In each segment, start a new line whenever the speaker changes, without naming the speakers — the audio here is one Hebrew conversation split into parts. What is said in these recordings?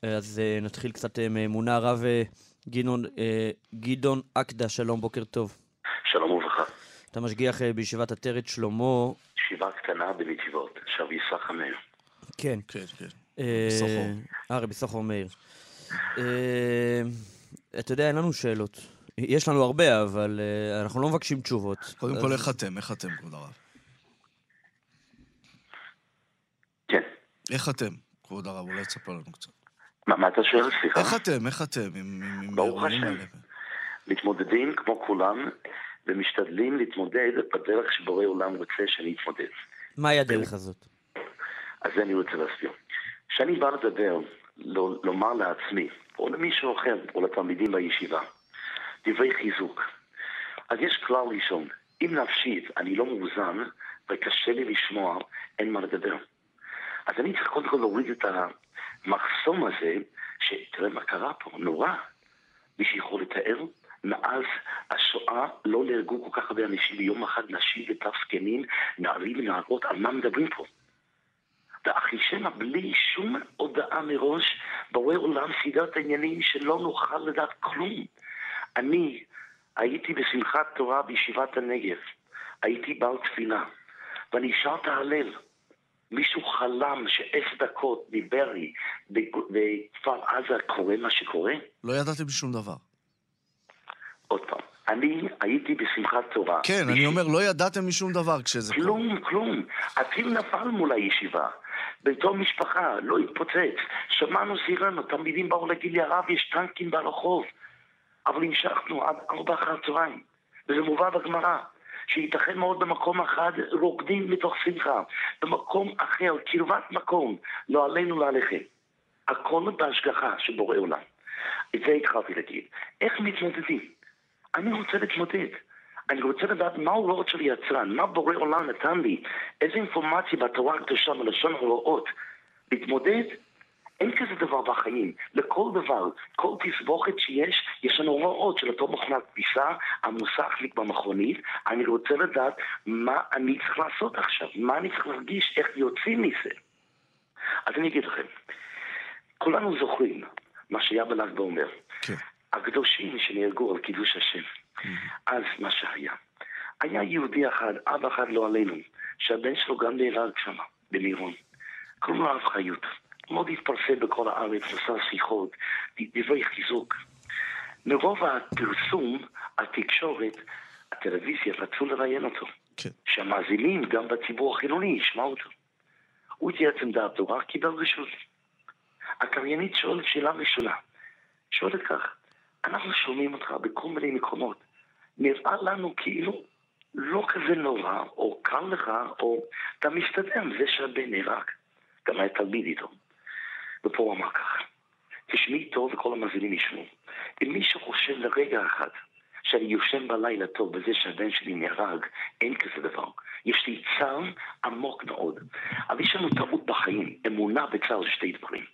אז נתחיל קצת מאמונה. הרב גדעון אקדה, שלום, בוקר טוב.
שלום וברכה.
אתה משגיח בישיבת עטרת שלמה.
ישיבה קטנה בנתיבות, רבי יששכר מאיר.
כן. רבי יששכר מאיר. אתה יודע, אין לנו שאלות. יש לנו הרבה, אבל אנחנו לא מבקשים תשובות.
קודם כל, איך אתם, כבוד הרב?
כן.
איך אתם, כבוד הרב? אולי תספר לנו קצת.
מה אתה שואל? סליחה?
איך אתם?
ברוך השם. מתמודדים כמו כולם, ומשתדלים להתמודד בדרך שבורא עולם רוצה שאני אתמודד.
מהי הדרך הזאת?
אז זה אני רוצה להסביר. כשאני בא לדבר, לומר לעצמי, או למישהו אחר, או לתלמידים בישיבה, דברי חיזוק. אז יש כלל ראשון, אם נפשית אני לא מאוזן, וקשה לי לשמוע, אין מה לדבר. אז אני צריך קודם כל להוריד את המחסום הזה, שתראה מה קרה פה, נורא. מי שיכול לתאר, מאז השואה לא נהרגו כל כך הרבה אנשים ביום אחד, נשים ותפקנים, נערים ונערות, על מה מדברים פה? ואחי שמה, בלי שום הודעה מראש, בורא עולם סידרת העניינים שלא נוכל לדעת כלום. אני הייתי בשמחת תורה בישיבת הנגב, הייתי בעל תפילה, ואני שר את ההלל. מישהו חלם ש10 דקות דיבר לי בכפר עזה קורה מה שקורה?
לא ידעתם שום דבר.
עוד פעם, אני הייתי בשמחת תורה.
כן, אני אומר, לא ידעתם משום דבר כשזה קורה.
כלום. הטיל נפל מול הישיבה. בתור משפחה, לא התפוצץ. שמענו סירנו, תלמידים באו להגיד לי, הרב, יש טנקים ברחוב. אבל המשכנו עד 4 אחר הצהריים. וזה מובא בגמרא. שייתכן מאוד במקום אחד רוקדים מתוך שמחה. במקום אחר, קרבת מקום, לא עלינו לא עליכם. הכל בהשגחה שבורא עולם. את זה התחלתי להגיד. איך מתמודדים? אני רוצה להתמודד. אני רוצה לדעת מה ההוראות של יצרן, מה בורא עולם נתן לי, איזה אינפורמציה בתורה הקדושה מלשון הוראות. להתמודד, אין כזה דבר בחיים. לכל דבר, כל תסבוכת שיש, יש לנו הוראות של אותו מכונת כביסה, המוסך לי במכונית. אני רוצה לדעת מה אני צריך לעשות עכשיו, מה אני צריך להרגיש, איך יוצאים מזה. אז אני אגיד לכם, כולנו זוכרים מה שהיה בל"ג בעומר.
כן.
הקדושים שנהרגו על קידוש השם. אז מה שהיה. היה יהודי אחד, אב אחד לא עלינו, שהבן שלו גם נהרג שם, במירון. קוראים לו הרב חיות. מאוד התפרסם בכל הארץ, עשה שיחות, דברי חיזוק. מרוב הפרסום, התקשורת, הטלוויזיה, רצו לראיין אותו.
כן.
שהמאזינים, גם בציבור החילוני, ישמעו אותו. הוא התייעץ עם דעתו, רק קיבל רשות. הקריינית שואלת שאלה ראשונה. שואלת כך, אנחנו שומעים אותך בכל מיני מקומות. נראה לנו כאילו לא כזה נורא, או קל לך, או אתה מסתדר עם זה שהבן נהרג. גם היה תלמיד איתו. ופה הוא אמר כך, תשמעי טוב וכל המאזינים ישמעו. אם מישהו חושב לרגע אחד שאני יושן בלילה טוב בזה שהבן שלי נהרג, אין כזה דבר. יש לי צער עמוק מאוד. אבל יש לנו טעות בחיים, אמונה בצער 2 דברים.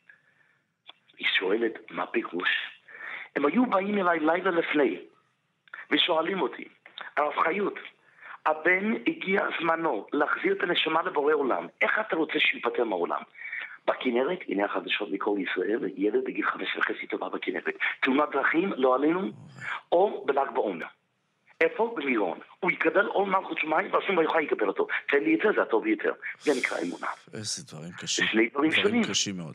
היא שואלת, מה פירוש? הם היו באים אליי לילה לפני, ושואלים אותי, הרב חיות, הבן הגיע זמנו להחזיר את הנשמה לבורא עולם, איך אתה רוצה שיפטר מהעולם? בכנרת, הנה החדשות מכל ישראל, ילד בגיל 5.5 טובה בכנרת. תאונת דרכים, לא עלינו, או בל"ג בעומר. איפה? במירון. הוא יקבל עול מלכות שמיים, ואסור לא יוכל לקבל אותו. תן לי את זה, זה הטוב ביותר. זה נקרא אמונה.
איזה דברים קשים.
זה 2 דברים שונים.
דברים קשים מאוד.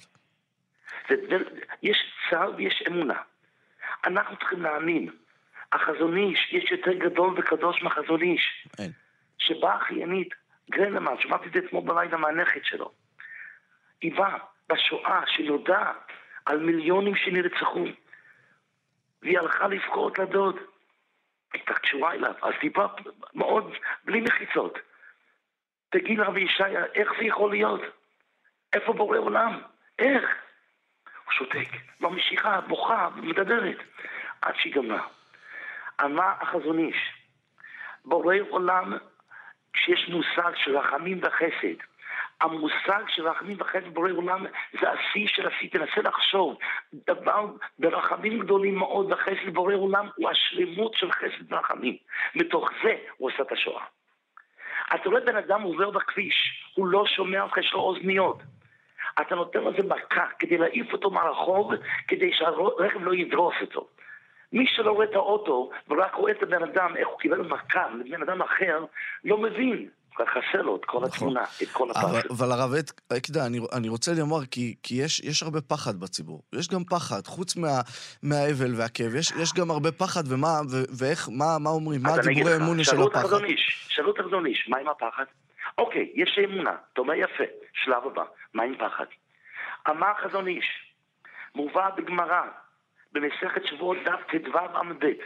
יש צער ויש אמונה. אנחנו צריכים להאמין. החזון איש, יש יותר גדול וקדוש מהחזון איש.
אין.
שבאה אחיינית, גרנמן, שמעתי את זה אתמול בלילה מהנכד שלו. היא באה בשואה שנודע על מיליונים שנרצחו. והיא הלכה לבכות לדוד. הייתה קשורה אליו, אז דיברה מאוד בלי מחיצות. תגיד רבי ישעיה, איך זה יכול להיות? איפה בורא עולם? איך? הוא שותק, ממשיכה, בוכה, מדברת. עד שהיא גמרה. אמר החזון איש, בורא עולם שיש מושג של רחמים וחסד. המושג של רחמים וחסד בורא עולם זה השיא של השיא. תנסה לחשוב, דבר ברחמים גדולים מאוד וחסד בורא עולם הוא השלמות של חסד ורחמים. מתוך זה הוא עושה את השואה. אתה רואה בן אדם עובר בכביש, הוא לא שומע, יש לו אוזניות. אתה נותן לזה מכה כדי להעיף אותו מהרחוב, כדי שהרכב לא ידרוס אותו. מי שלא רואה את האוטו ורק רואה את הבן אדם, איך הוא קיבל מכה לבן אדם אחר, לא מבין. חסר לו את כל התמונה, את כל הפחד.
אבל הרב עקדה, אני רוצה לומר, כי יש הרבה פחד בציבור. יש גם פחד, חוץ מהאבל והכאב. יש גם הרבה פחד, ואיך, מה אומרים? מה הדיבורי האמונה של הפחד?
שאלו את החזון איש, מה עם הפחד? אוקיי, יש אמונה, אתה אומר יפה, שלב הבא, מה עם פחד? אמר חזון איש, מובא בגמרא, במסכת שבועות דף ט"ו עמוד ב',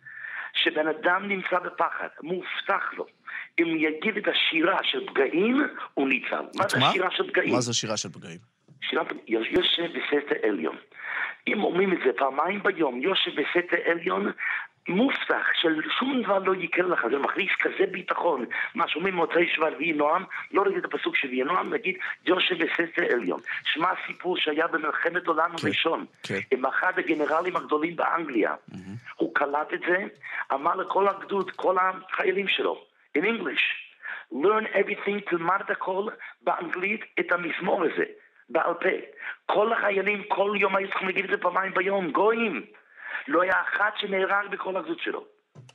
שבן אדם נמצא בפחד, מובטח לו. אם יגיד את השירה של פגעים, הוא ניצל. מה זה השירה של פגעים?
מה זה השירה של פגעים?
יושב בסתר עליון. אם אומרים את זה פעמיים ביום, יושב בסתר עליון, מובטח של שום דבר לא יקרה לך, זה מכניס כזה ביטחון. מה שאומרים מוצאי שבת ויהי נועם, לא נגיד את הפסוק של ויהי נועם, נגיד יושב בסתר עליון. שמע סיפור שהיה במלחמת עולם הראשון, עם אחד הגנרלים הגדולים באנגליה. הוא קלט את זה, אמר לכל הגדוד, כל החיילים שלו, in English, learn everything, תלמד את הכל באנגלית, את המזמור הזה, בעל פה. כל החיילים, כל יום היו צריכים להגיד את זה פעמיים ביום, גויים. לא היה אחד שנהרג בכל הגדוד שלו.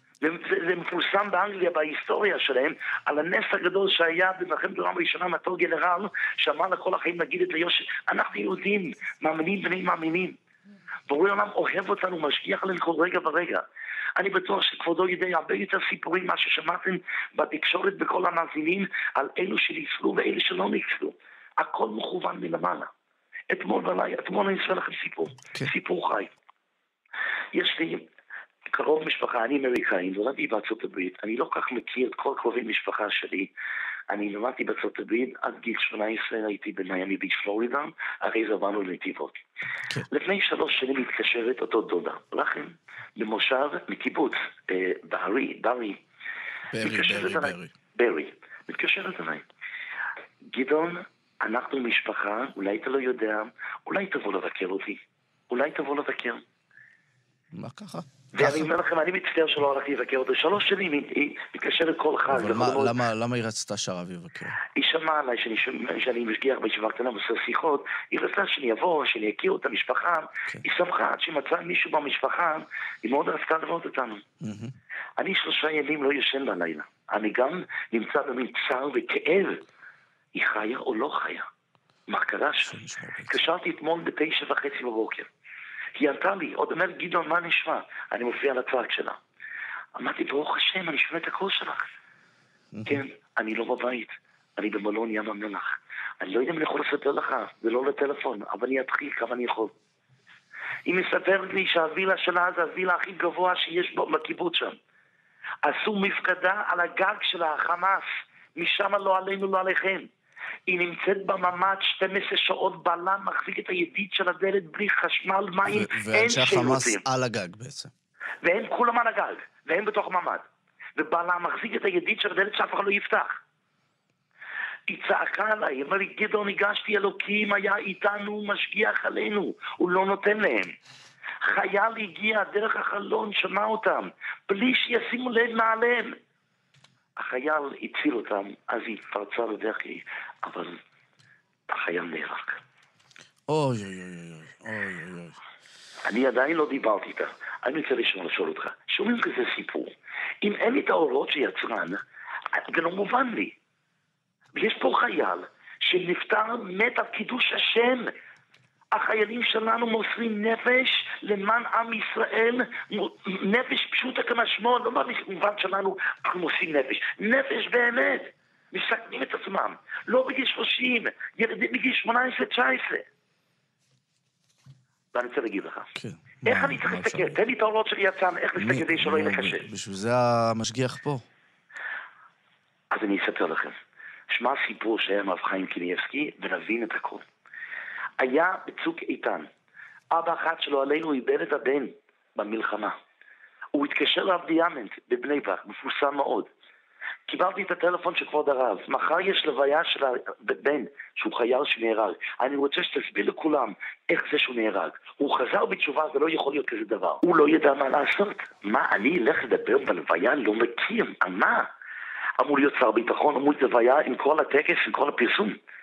זה מפורסם באנגליה, בהיסטוריה שלהם, על הנס הגדול שהיה במלחמת העולם הראשונה, מאותו גנרל, שאמר לכל החיים להגיד את ליושר, אנחנו יהודים, מאמינים בני מאמינים. בורא עולם אוהב אותנו, משגיח עלינו כל רגע ורגע. אני בטוח שכבודו יודע הרבה יותר סיפורים, מה ששמעתם בתקשורת בכל המאזינים, על אלו שניצלו ואלו שלא ניצלו. הכל מכוון מלמעלה. אתמול אני אספר לכם סיפור, סיפור חי. יש לי קרוב משפחה, אני אמריקאי, נולדתי בארצות הברית, אני לא כך מכיר את כל קרובי משפחה שלי. אני נולדתי בארצות הברית, עד גיל 18 הייתי במיאמי ביץ' פלורידה, הרי זה עברנו לנתיבות. לפני 3 שנים מתקשרת אותו דודה, לכם, במושב מקיבוץ, ברי, מתקשרת אליי. גדעון, אנחנו משפחה, אולי אתה לא יודע, אולי תבוא לבקר אותי, אולי תבוא לבקר.
מה ככה?
ואני אומר לכם, אני מצטער שלא הלכתי לבקר אותו. 3 שנים היא מתקשרת כל חג.
אבל למה היא רצתה שהרב יבקר?
היא שמעה עליי שאני משגיח בישיבה קטנה ועושה שיחות, היא רצתה שאני אבוא, שאני אכיר את המשפחה, היא שמחה עד שהיא מצאה מישהו במשפחה, היא מאוד רצתה לראות אותנו. אני 3 ימים לא ישן בלילה. אני גם נמצא במין צער וכאב. היא חיה או לא חיה? מה קרה שם? התקשרתי אתמול ב9:30 בבוקר. היא ענתה לי, עוד אומר, גדעון, מה נשמע? אני מופיע על הצג שלה. אמרתי, ברוך השם, אני שומע את הקול שלך. כן, אני לא בבית, אני במלון ים המלח. אני לא יודע אם אני יכול לספר לך, זה לא לטלפון, אבל אני אתחיל כמה אני יכול. היא מספרת לי שהווילה שלה זה הווילה הכי גבוה שיש בקיבוץ שם. עשו מפקדה על הגג של החמאס, משם לא עלינו, לא עליכם. היא נמצאת בממ"ד 12 שעות, בלם מחזיק את הידית של הדלת בלי חשמל, מים, אין
ואנשי החמאס על הגג בעצם.
והם כולם על הגג, והם בתוך ממ"ד. ובלם מחזיק את הידית של הדלת שאף אחד לא יפתח. היא צעקה עליי, היא אמרה לי, גדעון, הגשתי אלוקים, היה איתנו, משגיח עלינו, הוא לא נותן להם. חייל הגיע דרך החלון, שמע אותם, בלי שישימו לב מעליהם. החייל הציל אותם, אז היא פרצה לדרכי, אבל החייל נהרג.
אוי אוי אוי אוי אוי.
אני עדיין לא דיברתי איתה. אני רוצה לשאול אותך, שומעים כזה סיפור. אם אין לי את האורות שיצרן, זה לא מובן לי. ויש פה חייל שנפטר, מת על קידוש השם. החיילים שלנו מוסרים נפש למען עם ישראל, נפש פשוטה כמשמעו, לא במובן שלנו אנחנו מוסרים נפש, נפש באמת, מסכנים את עצמם, לא בגיל 30, ילדים בגיל 18-19. ואני רוצה להגיד לך, איך אני צריך להסתכל? תן לי את האורות שלי יצאן, איך להסתכל כדי שלא יהיה קשה.
בשביל זה המשגיח פה.
אז אני אספר לכם, שמע סיפור שהיה עם הרב חיים קניאבסקי ונבין את הכל. היה בצוק איתן, אבא אחד שלו עלינו איבד את הבן במלחמה. הוא התקשר לרב דיאמנט בבני ברק, מפורסם מאוד. קיבלתי את הטלפון של כבוד הרב, מחר יש לוויה של הבן, שהוא חייל שנהרג. אני רוצה שתסביר לכולם איך זה שהוא נהרג. הוא חזר בתשובה, זה לא יכול להיות כזה דבר. הוא לא ידע מה לעשות. מה, אני אלך לדבר בלוויה, לא מכיר, על מה? אמור להיות שר ביטחון, אמור להיות לוויה עם כל הטקס, עם כל הפרסום.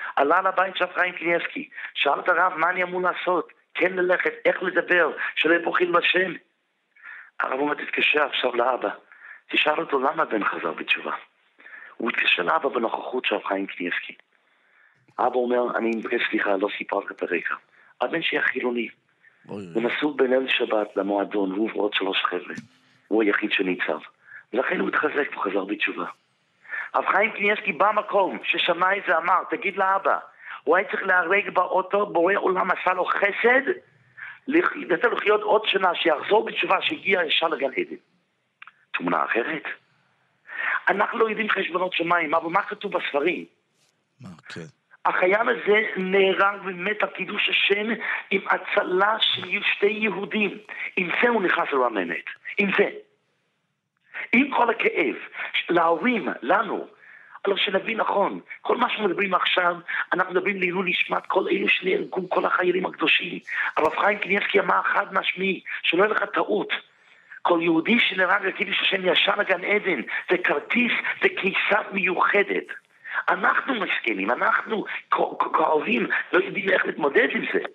עלה לבית של חיים קניאבסקי, שאל את הרב מה אני אמור לעשות, כן ללכת, איך לדבר, שלא יפוחים בשם. הרב אומר, תתקשר עכשיו לאבא, תשאל אותו למה בן חזר בתשובה. הוא התקשר לאבא בנוכחות של חיים קניאבסקי. אבא אומר, אני מבקש סליחה, לא סיפרת את הרקע. הבן שהיה חילוני. הוא נסעו בליל שבת למועדון, הוא ועוד 3 חבר'ה. הוא היחיד שניצב. ולכן הוא התחזק, הוא חזר בתשובה. הרב חיים קניאבסקי במקום ששמע את זה אמר, תגיד לאבא, הוא היה צריך להרג באוטו, בורא עולם עשה לו חסד, לתת לו לחיות עוד שנה, שיחזור בתשובה שהגיע ישר לגן עדן. תמונה אחרת. אנחנו לא יודעים חשבונות שמיים, אבל מה כתוב בספרים?
מה, כן.
החייל הזה נהרג ומת על קידוש השם עם הצלה של 2 יהודים. עם זה הוא נכנס לרמנת. עם זה. עם כל הכאב. להורים, לנו. אבל שנבין נכון. כל מה שמדברים עכשיו, אנחנו מדברים לעילוי נשמת כל אלו שנהרגו, כל החיילים הקדושים. הרב חיים קניאבסקי אמר חד משמעי, שלא יהיה לך טעות. כל יהודי שנהרג על קידוש השם ישר לגן עדן, זה כרטיס, זה כניסה מיוחדת. אנחנו מסכנים, אנחנו כאובים, לא יודעים איך להתמודד עם זה.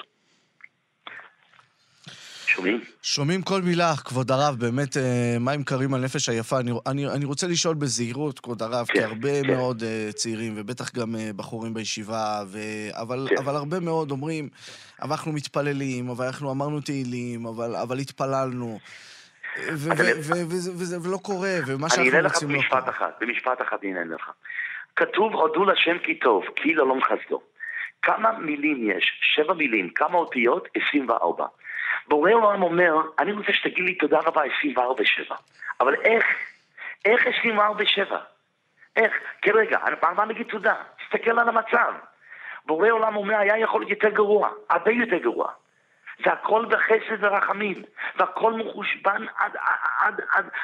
שומעים?
שומעים כל מילה, כבוד הרב, באמת מים קרים על נפש היפה. אני רוצה לשאול בזהירות, כבוד הרב, כי הרבה מאוד צעירים, ובטח גם בחורים בישיבה, אבל הרבה מאוד אומרים, אנחנו מתפללים, אבל אנחנו אמרנו תהילים, אבל התפללנו. ולא קורה, ומה שאנחנו רוצים לא קורה.
במשפט אחד אני אענה לך. כתוב הודו לשם כי טוב, כי לא חסדו. כמה מילים יש? 7 מילים. כמה אותיות? 24. בורא עולם אומר, אני רוצה שתגיד לי תודה רבה 24/7. אבל איך 24/7? איך? כרגע, מה נגיד תודה? תסתכל על המצב. בורא עולם אומר, היה יכול להיות יותר גרוע, הרבה יותר גרוע. זה הכל בחסד ורחמים, והכל מחושבן עד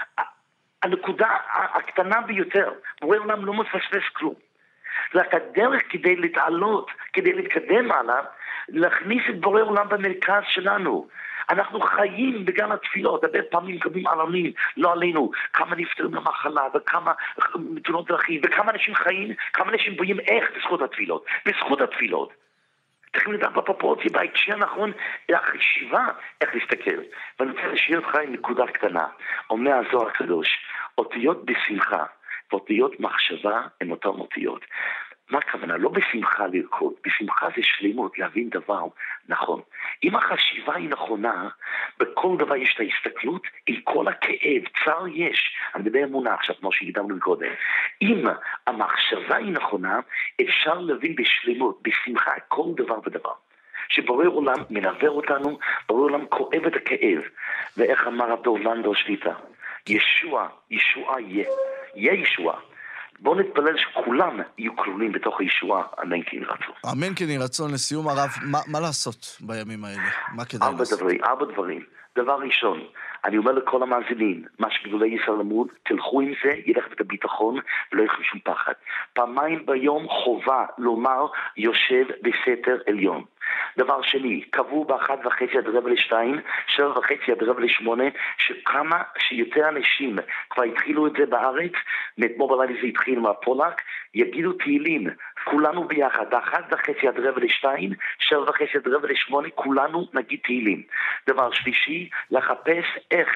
הנקודה הקטנה ביותר. בורא עולם לא מפספס כלום. רק הדרך כדי להתעלות, כדי להתקדם עליו, להכניס את בורא עולם במרכז שלנו. אנחנו חיים בגן התפילות, הרבה פעמים קמים עלמים, לא עלינו, כמה נפטרים למחלה, וכמה תאונות דרכים, וכמה אנשים חיים, כמה אנשים בויים איך בזכות התפילות. בזכות התפילות. צריכים לדעת בפרופורציה, בהקשר נכון, החשיבה, איך להסתכל. ואני רוצה להשאיר אותך עם נקודה קטנה. אומר הזוהר הקדוש, אותיות בשמחה, ואותיות מחשבה הן אותן אותיות. מה הכוונה? לא בשמחה לרקוד, בשמחה זה שלמות, להבין דבר נכון. אם החשיבה היא נכונה, בכל דבר יש את ההסתכלות, עם כל הכאב, צער יש, אני מדבר אמונה עכשיו, כמו שהקדמנו קודם. אם המחשבה היא נכונה, אפשר להבין בשלמות, בשמחה, כל דבר ודבר. שבורא עולם מנעבר אותנו, בורא עולם כואב את הכאב. ואיך אמר רב דב לנדאו שליט"א? ישוע יהיה ישוע. בואו נתפלל שכולם יהיו כלולים בתוך הישועה, אמן כן יהי רצון.
אמן כן יהי רצון. לסיום הרב, מה לעשות בימים האלה? מה כדאי לעשות?
4 דברים. דבר ראשון, אני אומר לכל המאזינים, מה שגדולי ישראל למוד, תלכו עם זה, יהיה לכם את הביטחון ולא יהיה שום פחד. 2 ביום חובה לומר יושב בסתר עליון. דבר שני, קבעו ב1:30 עד 1:45, 7:30 עד 7:45, שכמה שיותר אנשים כבר התחילו את זה בארץ, מאתמול בלילה זה התחיל מהפולק, יגידו תהילים, כולנו ביחד, 1:30 עד 1:45, 7:30 עד 7:45, כולנו נגיד תהילים. דבר שלישי, לחפש איך,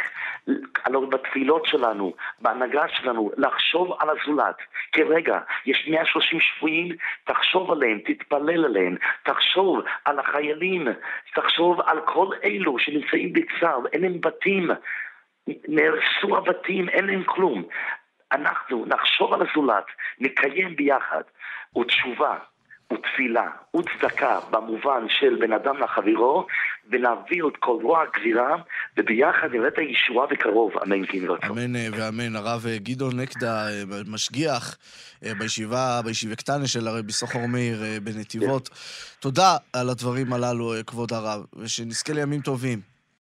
בתפילות שלנו, בהנהגה שלנו, לחשוב על הזולת. כרגע, יש 130 שבויים, תחשוב עליהם, תתפלל עליהם, תחשוב על החיילים, תחשוב על כל אלו שנמצאים בצער, אין להם בתים, נהרסו הבתים, אין להם כלום. אנחנו נחשוב על הזולת, נקיים ביחד, ותשובה, ותפילה, וצדקה, במובן של בן אדם לחברו, ונעביר את כל רוע הגזירה, וביחד נראה את הישועה בקרוב, אמן כן יהי רצון.
אמן ואמן. הרב גדעון נקדה, משגיח בישיבה קטנה של הרבי סוחר מאיר בנתיבות. תודה על הדברים הללו, כבוד הרב, ושנזכה לימים טובים.